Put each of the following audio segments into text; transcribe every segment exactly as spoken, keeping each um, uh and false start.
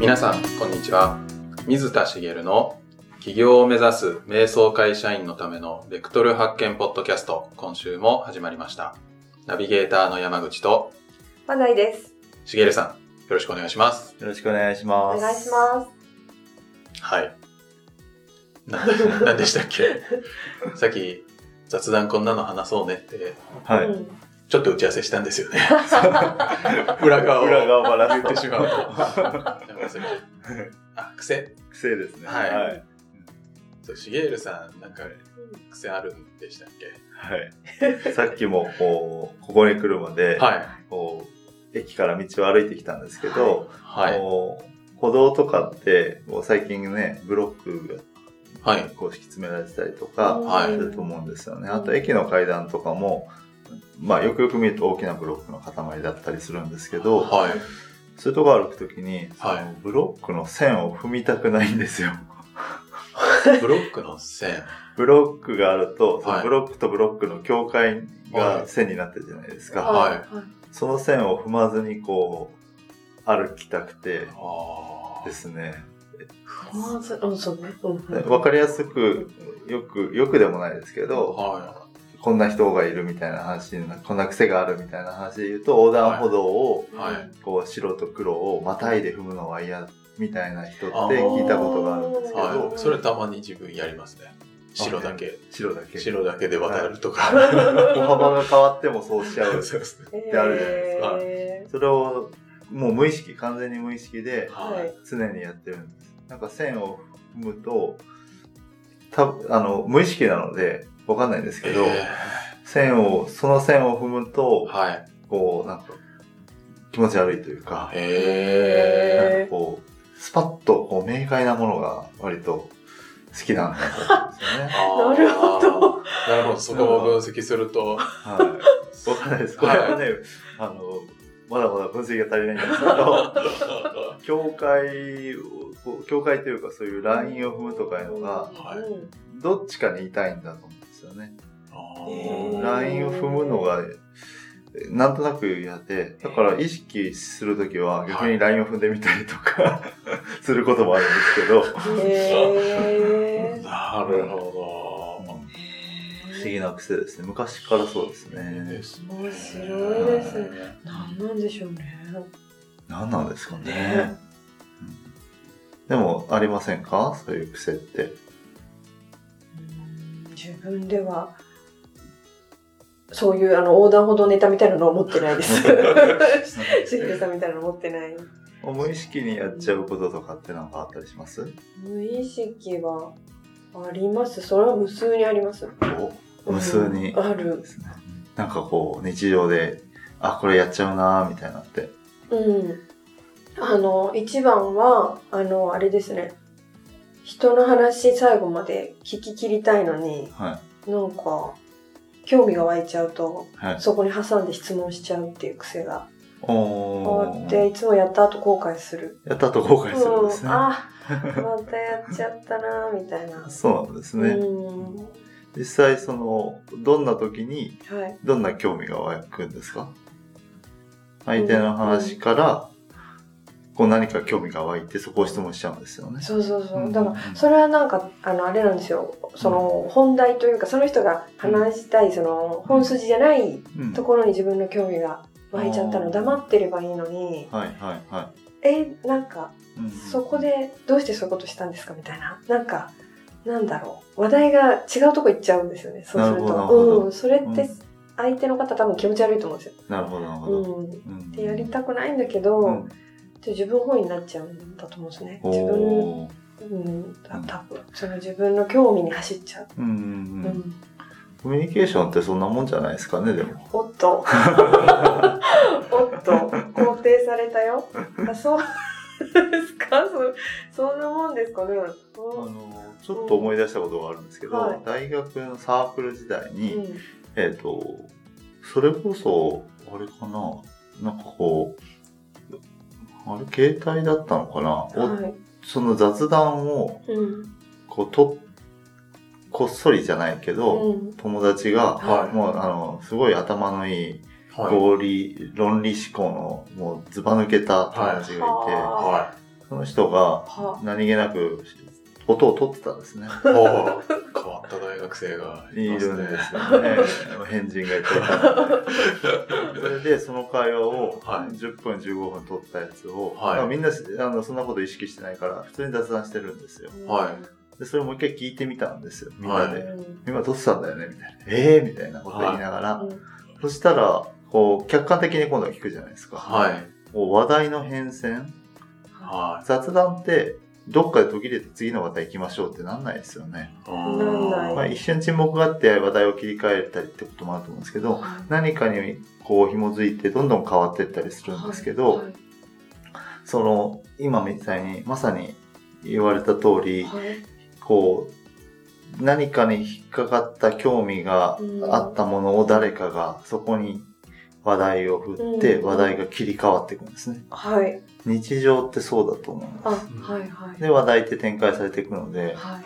皆さんこんにちは。水田茂の起業を目指す瞑想会社員のためのベクトル発見ポッドキャスト、今週も始まりました。ナビゲーターの山口とまだいです。 茂さん、よろしくお願いします。 よろしくお願いします。 お願いします。 はい。な、なんでしたっけさっき雑談こんなの話そうねって、 はい、 うん、 ちょっと打ち合わせしたんですよね。裏側を裏側をばら言ってしまうと。あ、癖癖ですね。 はい。 はい、 そう、茂さん、なんか癖あるんでしたっけ？ はい。さっきもこうここに来るまで、はい、こう駅から道を歩いてきたんですけど、はいはい、こう歩道とかってもう最近ねブロックが、はい、こう敷き詰められてたりとかすると思うんですよね。はい、あと駅の階段とかも。まあ、よくよく見ると大きなブロックの塊だったりするんですけど、はい、そういうとこ歩くときに、はい、ブロックの線を踏みたくないんですよ。 ブロックの線ブロックがあると、そのブロックとブロックの境界が線になってるじゃないですか。はいはい、その線を踏まずにこう歩きたくてですね。わかりやすくよくよくでもないですけど、はい、こんな人がいるみたいな話、こんな癖があるみたいな話で言うと、横断歩道を、はい、こう白と黒をまたいで踏むのは嫌みたいな人って聞いたことがあるんですけど、 はい、それたまに自分やりますね。白だけ。 白だけ。 白だけで渡るとか。 はい、歩幅が変わってもそうしちゃうってあるじゃないですか。えー、それをもう無意識、完全に無意識で常にやってるんです。なんか線を踏むと、たあの無意識なので、わかんないんですけど、えー、線を、その線を踏むと、はい、こう、なんか、気持ち悪いというか、えー、なんかこう、スパッとこう明快なものが割と好きなんだと思うんですよね。 なるほど。 なるほど、そこを分析すると。 はい。わかんないです。これはね、あの、まだまだ分析が足りないんですけど、境界を、境界というかそういうラインを踏むとかいうのが、はい、どっちかにいたいんだと思うんですよね。ラインを踏むのがなんとなく嫌で、だから意識するときは逆にラインを踏んでみたりとかすることもあるんですけど。 へー、 なるほど。 不思議な癖ですね。昔からそうですね。 面白いですね。何なんでしょうね。 何なんですかね。ね、うん、でもありませんか？そういう癖って。 うん、自分ではそういうあの横断歩道ネタみたいなのを持ってないです。しげるさんみたいなの持ってない。 無意識にやっちゃうこととかって何かあったりします？ 無意識はあります。それは無数にあります。 お、無数に、 うん、あるですね。 なんかこう日常であこれやっちゃうなみたいなって。 うん。あの一番はあのあれですね。人の話最後まで聞き切りたいのに、はい、なんか興味が湧いちゃうと、はい、そこに挟んで質問しちゃうっていう癖があって、いつもやった後後悔する。 やった後後悔するんですね。 うん、あ、またやっちゃったなみたいな。 そうなんですね。うん、実際そのどんな時にどんな興味が湧くんですか？相手の話から、こう何か興味が湧いてそこを質問しちゃうんですよね。 そうそうそう。だからそれはなんかあのあれなんですよ。その本題というかその人が話したいその本筋じゃないところに自分の興味が湧いちゃったの、黙ってればいいのに。 はいはいはい。 えなんかそこでどうしてそういうことしたんですかみたいな。なんかなんだろう話題が違うとこ行っちゃうんですよね。そうすると、うんそれって相手の方多分気持ち悪いと思うんですよ。 なるほどなるほど。 うん。でやりたくないんだけど。うん自分本位になっちゃうんだと思うんですね。自分、うん、多分その自分の興味に走っちゃう。うんうんうん、 コミュニケーションってそんなもんじゃないですかねでも。 おっと、おっと肯定されたよ。あそうですか。そそんなもんですかね。あのちょっと思い出したことがあるんですけど、はい、大学のサークル時代に、うん、えっとそれこそあれかななんかこう。あれ携帯だったのかな、はい、その雑談をこうとこっそりじゃないけど、うん、友達が、はい、もうあのすごい頭のいい合理、はい、論理思考のもうずば抜けた友達がいて、はい、 その人が何気なく音を取ってたんですね。 変わった大学生がいるんですよね。変人がいっぱいいた。それでその会話をじゅっぷんじゅうごふん取ったやつを、はい、みんなあのそんなこと意識してないから普通に雑談してるんですよ。はい、でそれをもう一回聞いてみたんですよ、みんなで。はい、今撮ってたんだよねみたいな。えーみたいなこと言いながら。はい、そしたら、こう、客観的に今度は聞くじゃないですか。はい、こう話題の変遷。はい、雑談って、どっかで途切れて次の話題行きましょうってなんないですよね。 なんない。 まあ一瞬沈黙があって話題を切り替えたりってこともあると思うんですけど、はい、何かにこう紐づいてどんどん変わっていったりするんですけど、はいはい、その、今みたいにまさに言われた通り、はい、こう、何かに引っかかった興味があったものを誰かがそこに話題を振って話題が切り替わっていくんですね。 はい。 日常ってそうだと思うんです。 あ、はいはい。 で、話題って展開されていくので、はい、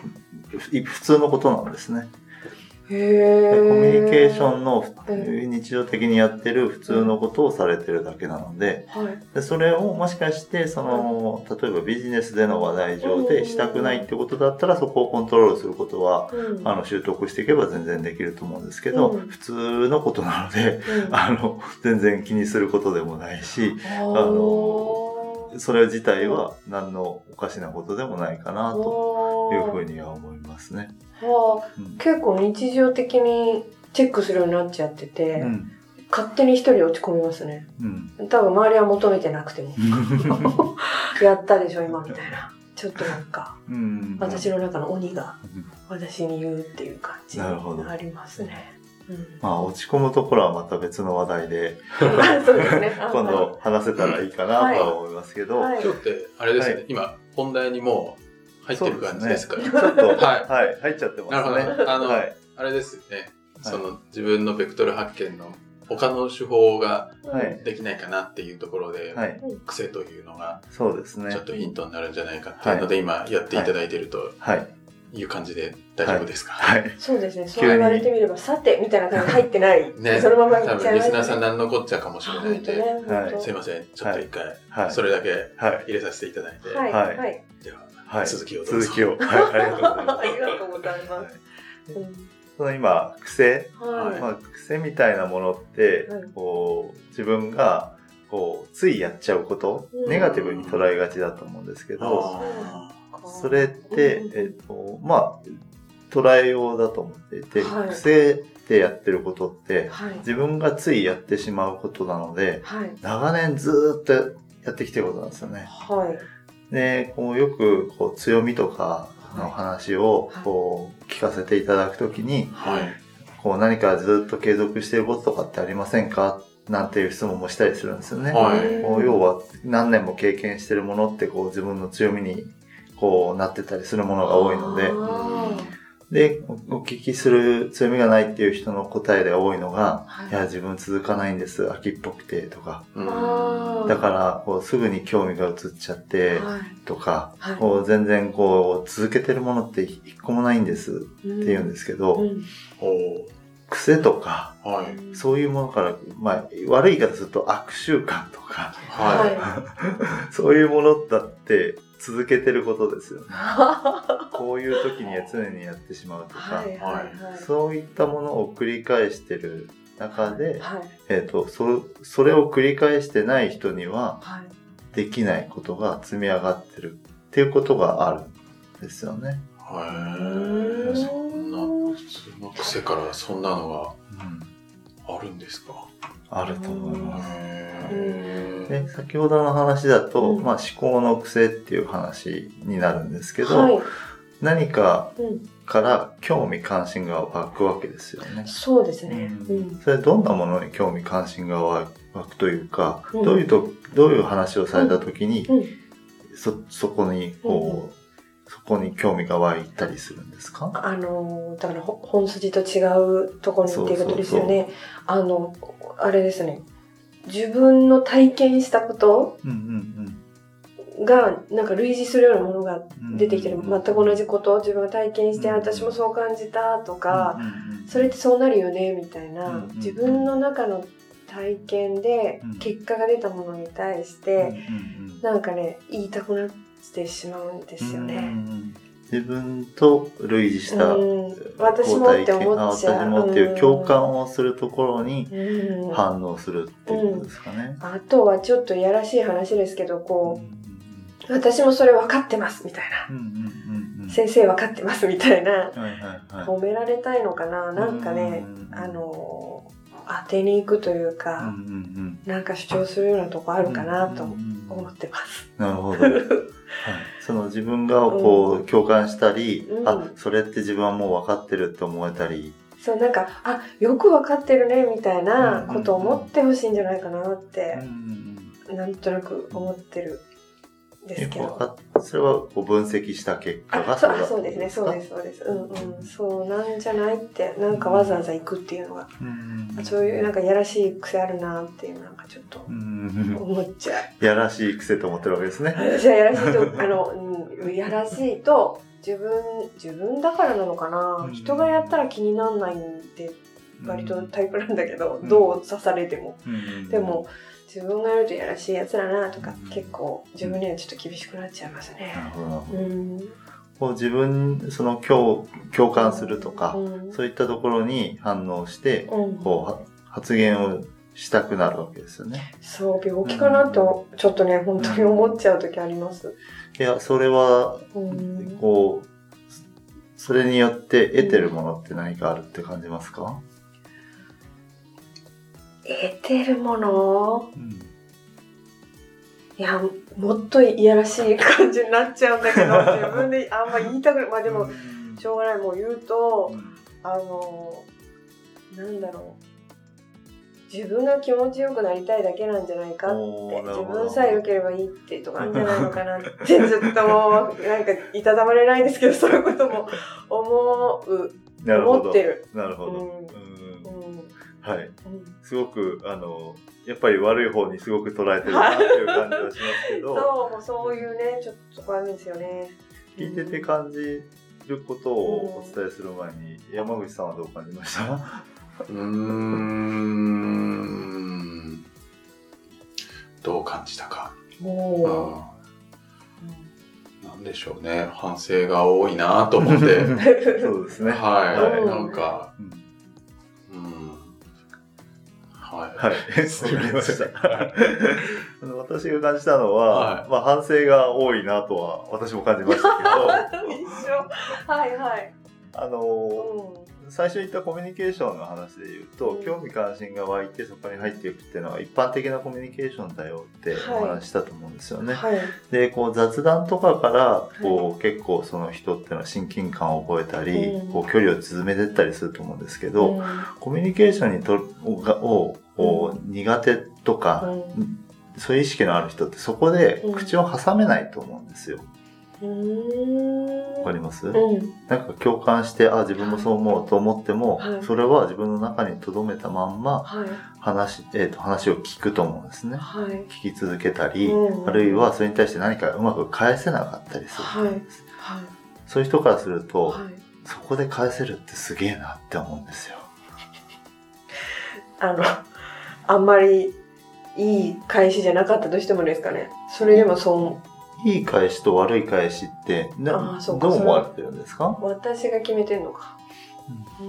普通のことなんですね。 へー。 コミュニケーションの日常的にやってる普通のことをされてるだけなので、はい、でそれをもしかしてその例えばビジネスでの話題上でしたくないってことだったらそこをコントロールすることは、うん、あの習得していけば全然できると思うんですけど、うん、普通のことなので、うん、あの全然気にすることでもないし、あのそれ自体は何のおかしなことでもないかなというふうには思いますね。 はあ、うん、結構日常的にチェックするようになっちゃってて、うん、勝手に一人落ち込みますね、うん、多分周りは求めてなくてもやったでしょ今みたいな、ちょっとなんか、うん、私の中の鬼が私に言うっていう感じがありますね。うん、 まあ落ち込むところはまた別の話題でそうですね、 今度話せたらいいかなとは思いますけど、 はいはい、今日ってあれですね、はい、今本題にもう入ってる感じですかね。 ちょっと、はい、はい、入っちゃってますね。 なるほど。あの、はい、あれですよね。その、自分のベクトル発見の他の手法ができないかなっていうところで、はい、癖というのが、 そうですね。 ちょっとヒントになるんじゃないかっていうので、今やっていただいていると、はい。いう感じで大丈夫ですか？ はい。はい、そうですね。そう言われてみれば、さて、みたいな感じで入ってない。ね。そのまま多分リスナーさん何のこっちゃかもしれないんで、はい、すいません。ちょっと一回、はい、それだけ入れさせていただいて、 はい。はい。 では、はい、続きをどうぞ。続きを。はい、ありがとうございます。 ありがとうございます。 その今、癖、はい、まあ、癖みたいなものって、はい、こう、自分が、こう、ついやっちゃうこと、うん、ネガティブに捉えがちだと思うんですけど、それって、えっと、まあ、捉えようだと思っていて、はい、癖でやってることって、はい、自分がついやってしまうことなので、はい、長年ずーっとやってきてることなんですよね。はい、で、こうよくこう強みとかの話をこう聞かせていただくときに、はい、こう何かずっと継続していることとかってありませんかなんていう質問もしたりするんですよね。はい、こう要は何年も経験しているものってこう自分の強みにこうなってたりするものが多いので、で、お聞きする強みがないっていう人の答えで多いのが、はい、いや、自分続かないんです、秋っぽくて、とか。だから、こう、すぐに興味が移っちゃって、とか、はい、こう、全然こう、続けてるものって一個もないんです、って言うんですけど、うんうん、癖とか、はい、そういうものから、まあ、悪い言い方すると悪習慣とか、はい、そういうものだって、続けてることですよね。こういう時には常にやってしまうとか、はいはいはい、そういったものを繰り返してる中で、はい、えっと、そ、それを繰り返してない人には、できないことが積み上がってるっていうことがあるんですよね。 へー、そんな、普通の癖からそんなのがあるんですか？ うん、あると思います。で、先ほどの話だと、うん、まあ思考の癖っていう話になるんですけど、はい、何かから興味関心が湧くわけですよね。 そうですね。 うん、それどんなものに興味関心が湧くというか、うん、どういうと、どういう話をされたときに、うん、そ、そこにこう、うん、そこに興味が湧いたりするんですか？ あの、だから本筋と違うところにっていうことですよね。そうそうそう、あの、あれですね。自分の体験したことがなんか類似するようなものが出てきてる、全く同じことを自分が体験して私もそう感じたとか、それってそうなるよねみたいな、自分の中の体験で結果が出たものに対してなんかね言いたくなってしまうんですよね。 自分と類似した私もって思っちゃう。 私もっていう共感をするところに反応するっていうことですかね。 うんうん、あとはちょっといやらしい話ですけど、こう、私もそれ分かってますみたいな、うんうんうん、先生分かってますみたいな、はいはいはい、褒められたいのかな、なんかね、あの当てに行くというか、うんうんうん、なんか主張するようなとこあるかなと思ってます。 なるほど。はい、その自分がこう、うん、共感したり、うん、あ、それって自分はもう分かってるって思えたり、 そうなんかあよく分かってるねみたいなことを思ってほしいんじゃないかなって、うんうん、なんとなく思ってるんですけど、 それはこう分析した結果がそうだったんですか？そうですね、そうですそうです、うんうん、そうなんじゃないってなんかわざわざ行くっていうのが、うんうん、そういうなんかやらしい癖あるなっていうなんかちょっと思っちゃう。 うん、やらしい癖と思ってるわけですね。 じゃあやらしいとあの、うん、やらしいと自分自分だからなのかな、うん、人がやったら気にならないんで割とタイプなんだけど、うん、どう刺されても、うん、でも自分がやるとやらしいやつだなとか、うん、結構自分にはちょっと厳しくなっちゃいますね。なるほど、うん、 こう自分その 共, 共感するとか、うん、そういったところに反応して、うん、こう発言をしたくなるわけですよね。 そう病気かなとちょっとね、うん、本当に思っちゃう時あります。 いやそれは、うん、こうそれによって得てるものって何かあるって感じますか？ 得てるもの、うん、いやもっといやらしい感じになっちゃうんだけど自分であんま言いたくない。まあでもしょうがない。もう言うと、うん、あのなんだろう、自分が気持ちよくなりたいだけなんじゃないかって、自分さえ良ければいいってとかあるんじゃないのかなってずっともうなんかいたたまれないんですけど、そういうことも思う思ってる。 なるほど。うんうんうん、はい、うん。すごくあのやっぱり悪い方にすごく捉えてるなっていう感じはしますけど、 そうそういうねちょっとそこあるんですよね。 聞いてて感じることをお伝えする前に、うん、山口さんはどう感じました？ うーんどう感じたか。おなんでしょうね。反省が多いなと思って。 そうですね。 はい。なんか、うん、うん、はい。 はい。わかりました。私が感じたのは、はい、まあ反省が多いなとは私も感じましたけど。 一緒。はいはい。 あのー。うん最初言ったコミュニケーションの話で言うと、うん、興味関心が湧いてそこに入っていくっていうのは一般的なコミュニケーションだよってお話したと思うんですよね。はい、でこう雑談とかからこう、はい、結構その人っていうのは親近感を覚えたり、うん、こう距離を縮めていったりすると思うんですけど、うん、コミュニケーションにとをを苦手とか、うん、そういう意識のある人ってそこで口を挟めないと思うんですよ。わかります、うん、なんか共感してあ自分もそう思うと思っても、はい、それは自分の中に留めたまんま、はい、話, えー、と話を聞くと思うんですね、はい、聞き続けたり、うん、あるいはそれに対して何かうまく返せなかったりすると思うんです、はいはい、そういう人からすると、はい、そこで返せるってすげえなって思うんですよ。 あのあんまりいい返しじゃなかったとしてもですかね。それでもそういい返しと悪い返しってなどう思われてるんですか？ 私が決めてんのか、 うん、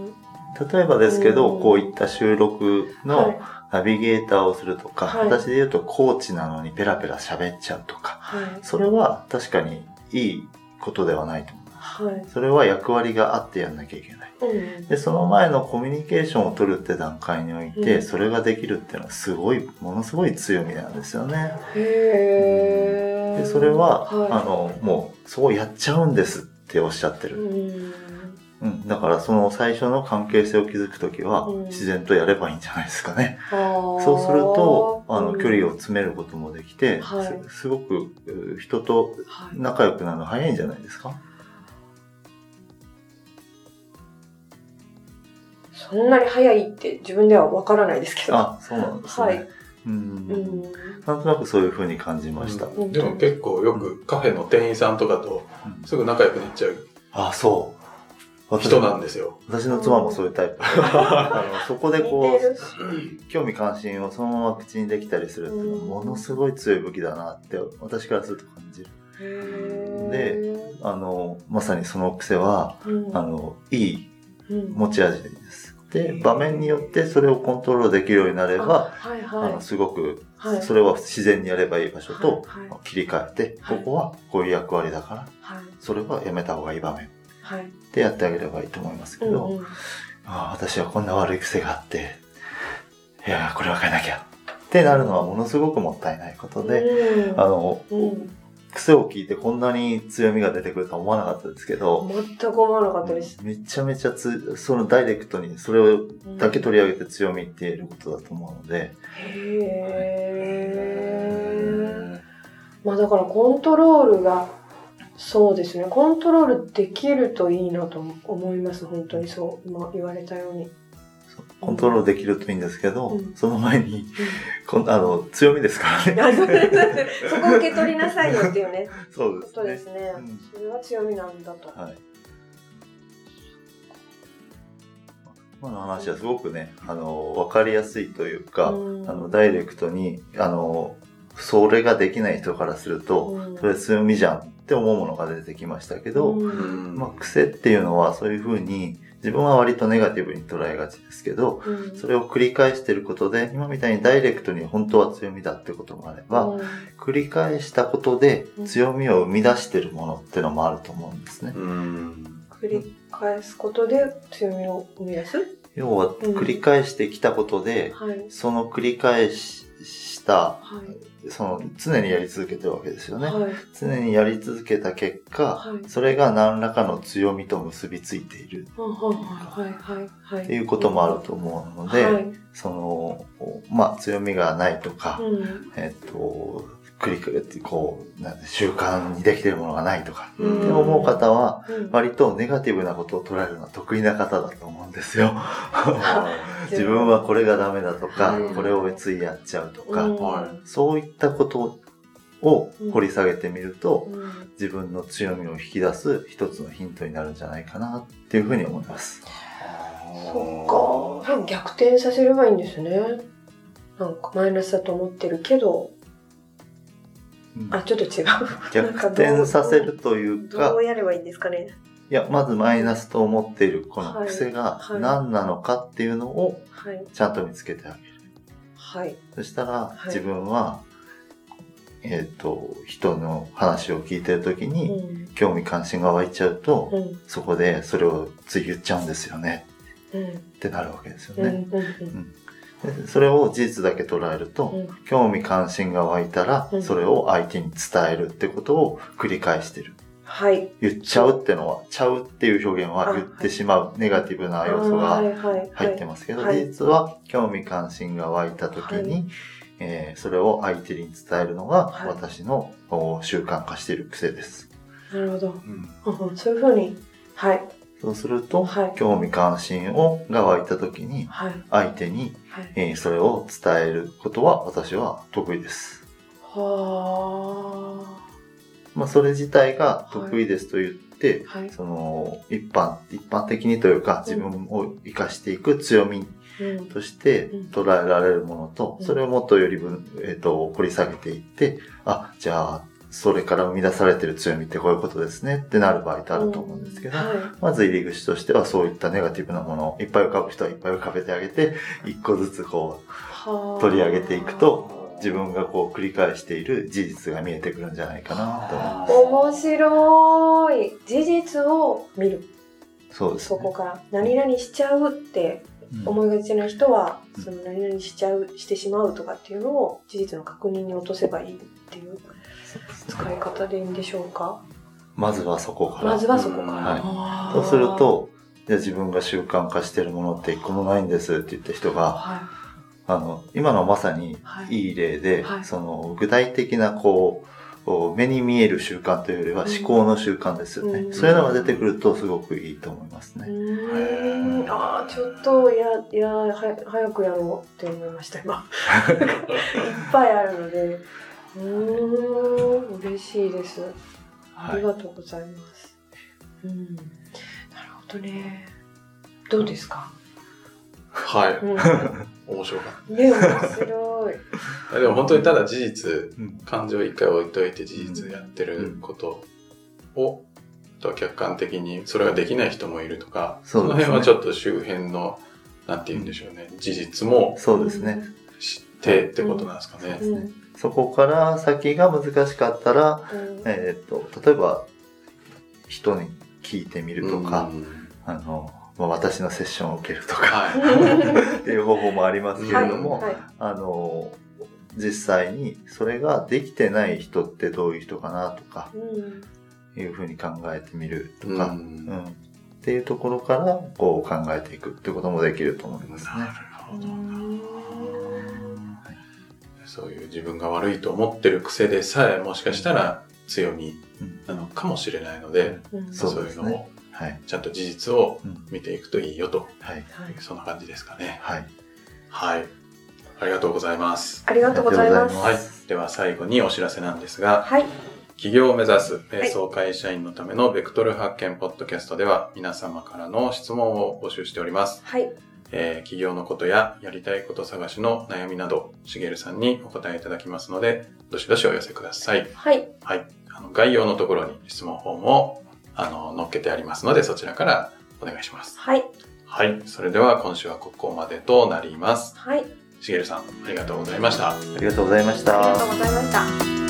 例えばですけどこういった収録のナビゲーターをするとか、はい、私で言うとコーチなのにペラペラ喋っちゃうとか、はい、それは確かにいいことではないと思います、はい、それは役割があってやんなきゃいけない、うん、でその前のコミュニケーションを取るって段階において、うん、それができるっていうのはすごいものすごい強みなんですよね。へー。でそれは、はい、あのもうそうやっちゃうんですっておっしゃってる、うんうん、だからその最初の関係性を築くときは、うん、自然とやればいいんじゃないですかね。そうするとあの、うん、距離を詰めることもできて、はい、す, すごく人と仲良くなるの早いんじゃないですか。 そんなに早いって自分ではわからないですけど。 あ、そうなんですね。はい。うん、うん、なんとなくそういう風に感じました、 うん、でも結構よくカフェの店員さんとかとすぐ仲良くなっちゃう、 うん、あ、そ人なんですよ。 私の妻もそういうタイプ。あのそこでこう、興味関心をそのまま口にできたりするっていうのはものすごい強い武器だなって私からすると感じる。で、あの、まさにその癖は、うん、あの、いい持ち味です。で、場面によってそれをコントロールできるようになれば、はいはい、あのすごく、それは自然にやればいい場所と切り替えて、はいはい、ここはこういう役割だから、はい、それはやめた方がいい場面でやってあげればいいと思いますけど、うんうん、あ私はこんな悪い癖があって、いやこれは変えなきゃってなるのはものすごくもったいないことで、うん、あの、うん癖を聞いてこんなに強みが出てくるとは思わなかったですけど。 全く思わなかったです。 めちゃめちゃつ、そのダイレクトにそれをだけ取り上げて強みって言えることだと思うので。 へー。まあだからコントロールが、そうですね。コントロールできるといいなと思います。本当にそう、今言われたように。 コントロールできるといいんですけど、うん、その前に、うん、あの強みですからね。 そこ受け取りなさいよっていうね。 そうですね。 ことですね、うん。それは強みなんだと。はい。 今の話はすごくね、あの分かりやすいというか、うん、あのダイレクトにあのそれができない人からすると、うん、それ強みじゃんって思うものが出てきましたけど、うんまあ、癖っていうのはそういうふうに。自分は割とネガティブに捉えがちですけど、うん、それを繰り返していることで、今みたいにダイレクトに本当は強みだってこともあれば、うん、繰り返したことで強みを生み出しているものってのもあると思うんですね。 うん、繰り返すことで強みを生み出す？ 要は繰り返してきたことで、うんはい、その繰り返した、はいその常にやり続けてるわけですよね、はい、常にやり続けた結果、はい、それが何らかの強みと結びついているっていうこともあると思うので、はい、そのまあ強みがないとか、うん、えっと繰り返ってこうなんて習慣にできているものがないとかって思う方は割とネガティブなことを捉えるのは得意な方だと思うんですよ。自分はこれがダメだとか、これをついやっちゃうとか、うん、そういったことを掘り下げてみると、うん、自分の強みを引き出す一つのヒントになるんじゃないかなっていうふうに思います。 そっか、逆転させればいいんですね。なんかマイナスだと思ってるけど、うん、あ、ちょっと違う。 逆転させるというか、 どうやればいいんですかね。 いや、まずマイナスと思っているこの癖が何なのかっていうのをちゃんと見つけてあげる。はい。そしたら自分は、えっと、人の話を聞いてるときに興味関心が湧いちゃうと、うん、そこでそれをつい言っちゃうんですよね。うん、ってなるわけですよね。うんうんうんでそれを事実だけ捉えると、うん、興味関心が湧いたら、それを相手に伝えるってことを繰り返してる。はい。言っちゃうってのは、ちゃうっていう表現は言ってしまうネガティブな要素が入ってますけど、事実は興味関心が湧いた時に、はいえー、それを相手に伝えるのが私の習慣化している癖です。 なるほど。うん、そういうふうに、はい。 そうすると、はい、興味関心をが湧いた時に、はい、相手に、はいえー、それを伝えることは私は得意です。はあ。まあそれ自体が得意ですと言って、はい、その一般一般的にというか、自分を生かしていく強みとして捉えられるものと、うん、それをもっとより分、えー、と掘り下げていって、あ、じゃあ。それから生み出されている強みってこういうことですねってなる場合ってあると思うんですけど、うんはい、まず入り口としてはそういったネガティブなものをいっぱい浮かぶ人はいっぱい浮かべてあげて、一個ずつこう取り上げていくと自分がこう繰り返している事実が見えてくるんじゃないかなと思います。 面白い。事実を見る。 そうですね。 そこから何々しちゃうって思いがちな人は、うん、その何々しちゃう、してしまうとかっていうのを事実の確認に落とせばいいっていう使い方でいいんでしょうか。 まずはそこから。 まずはそこから。 はい。そうすると、じゃあ自分が習慣化しているものって一個もないんですって言った人が、はい、あの今のまさにいい例で、はい、その具体的なこう目に見える習慣というよりは思考の習慣ですよね。うん、そういうのが出てくるとすごくいいと思いますね。 うん、ああ、ちょっとややは早くやろうって思いました今。いっぱいあるので。うーん、嬉しいです。ありがとうございます。はい、うん、なるほ当ね。どうですか？ はい。うん、面白かった。 ね、面白い。 でも本当にただ事実、うん、感情を一回置いといて事実やってることを、と客観的にそれができない人もいるとか、その辺はちょっと周辺の、なんて言うんでしょうね、事実もそうですね。 知ってってことなんですかね。 うんうん、そこから先が難しかったら、うん、えっと、例えば人に聞いてみるとか、うん、あの、まあ、私のセッションを受けるとか、はい、っていう方法もありますけれども、はいはい、あの、実際にそれができてない人ってどういう人かなとか、うん、いうふうに考えてみるとか、うんうん、っていうところからこう考えていくっていうこともできると思いますね。なるほどな。 そういう自分が悪いと思ってる癖でさえもしかしたら強みなのかもしれないので、うん、そういうのをちゃんと事実を見ていくといいよと、はい、そんな感じですかね。はい、はい、ありがとうございます。 ありがとうございます。 はい、では最後にお知らせなんですが、はい、起業を目指す瞑想会社員のためのベクトル発見ポッドキャストでは皆様からの質問を募集しております。はい。えー、起業のことややりたいこと探しの悩みなど、しげるさんにお答えいただきますので、どしどしお寄せください。はい。はい。あの概要のところに質問フォームをあの載っけてありますので、そちらからお願いします。はい。はい。それでは今週はここまでとなります。はい。しげるさん、ありがとうございました。 ありがとうございました。 ありがとうございました。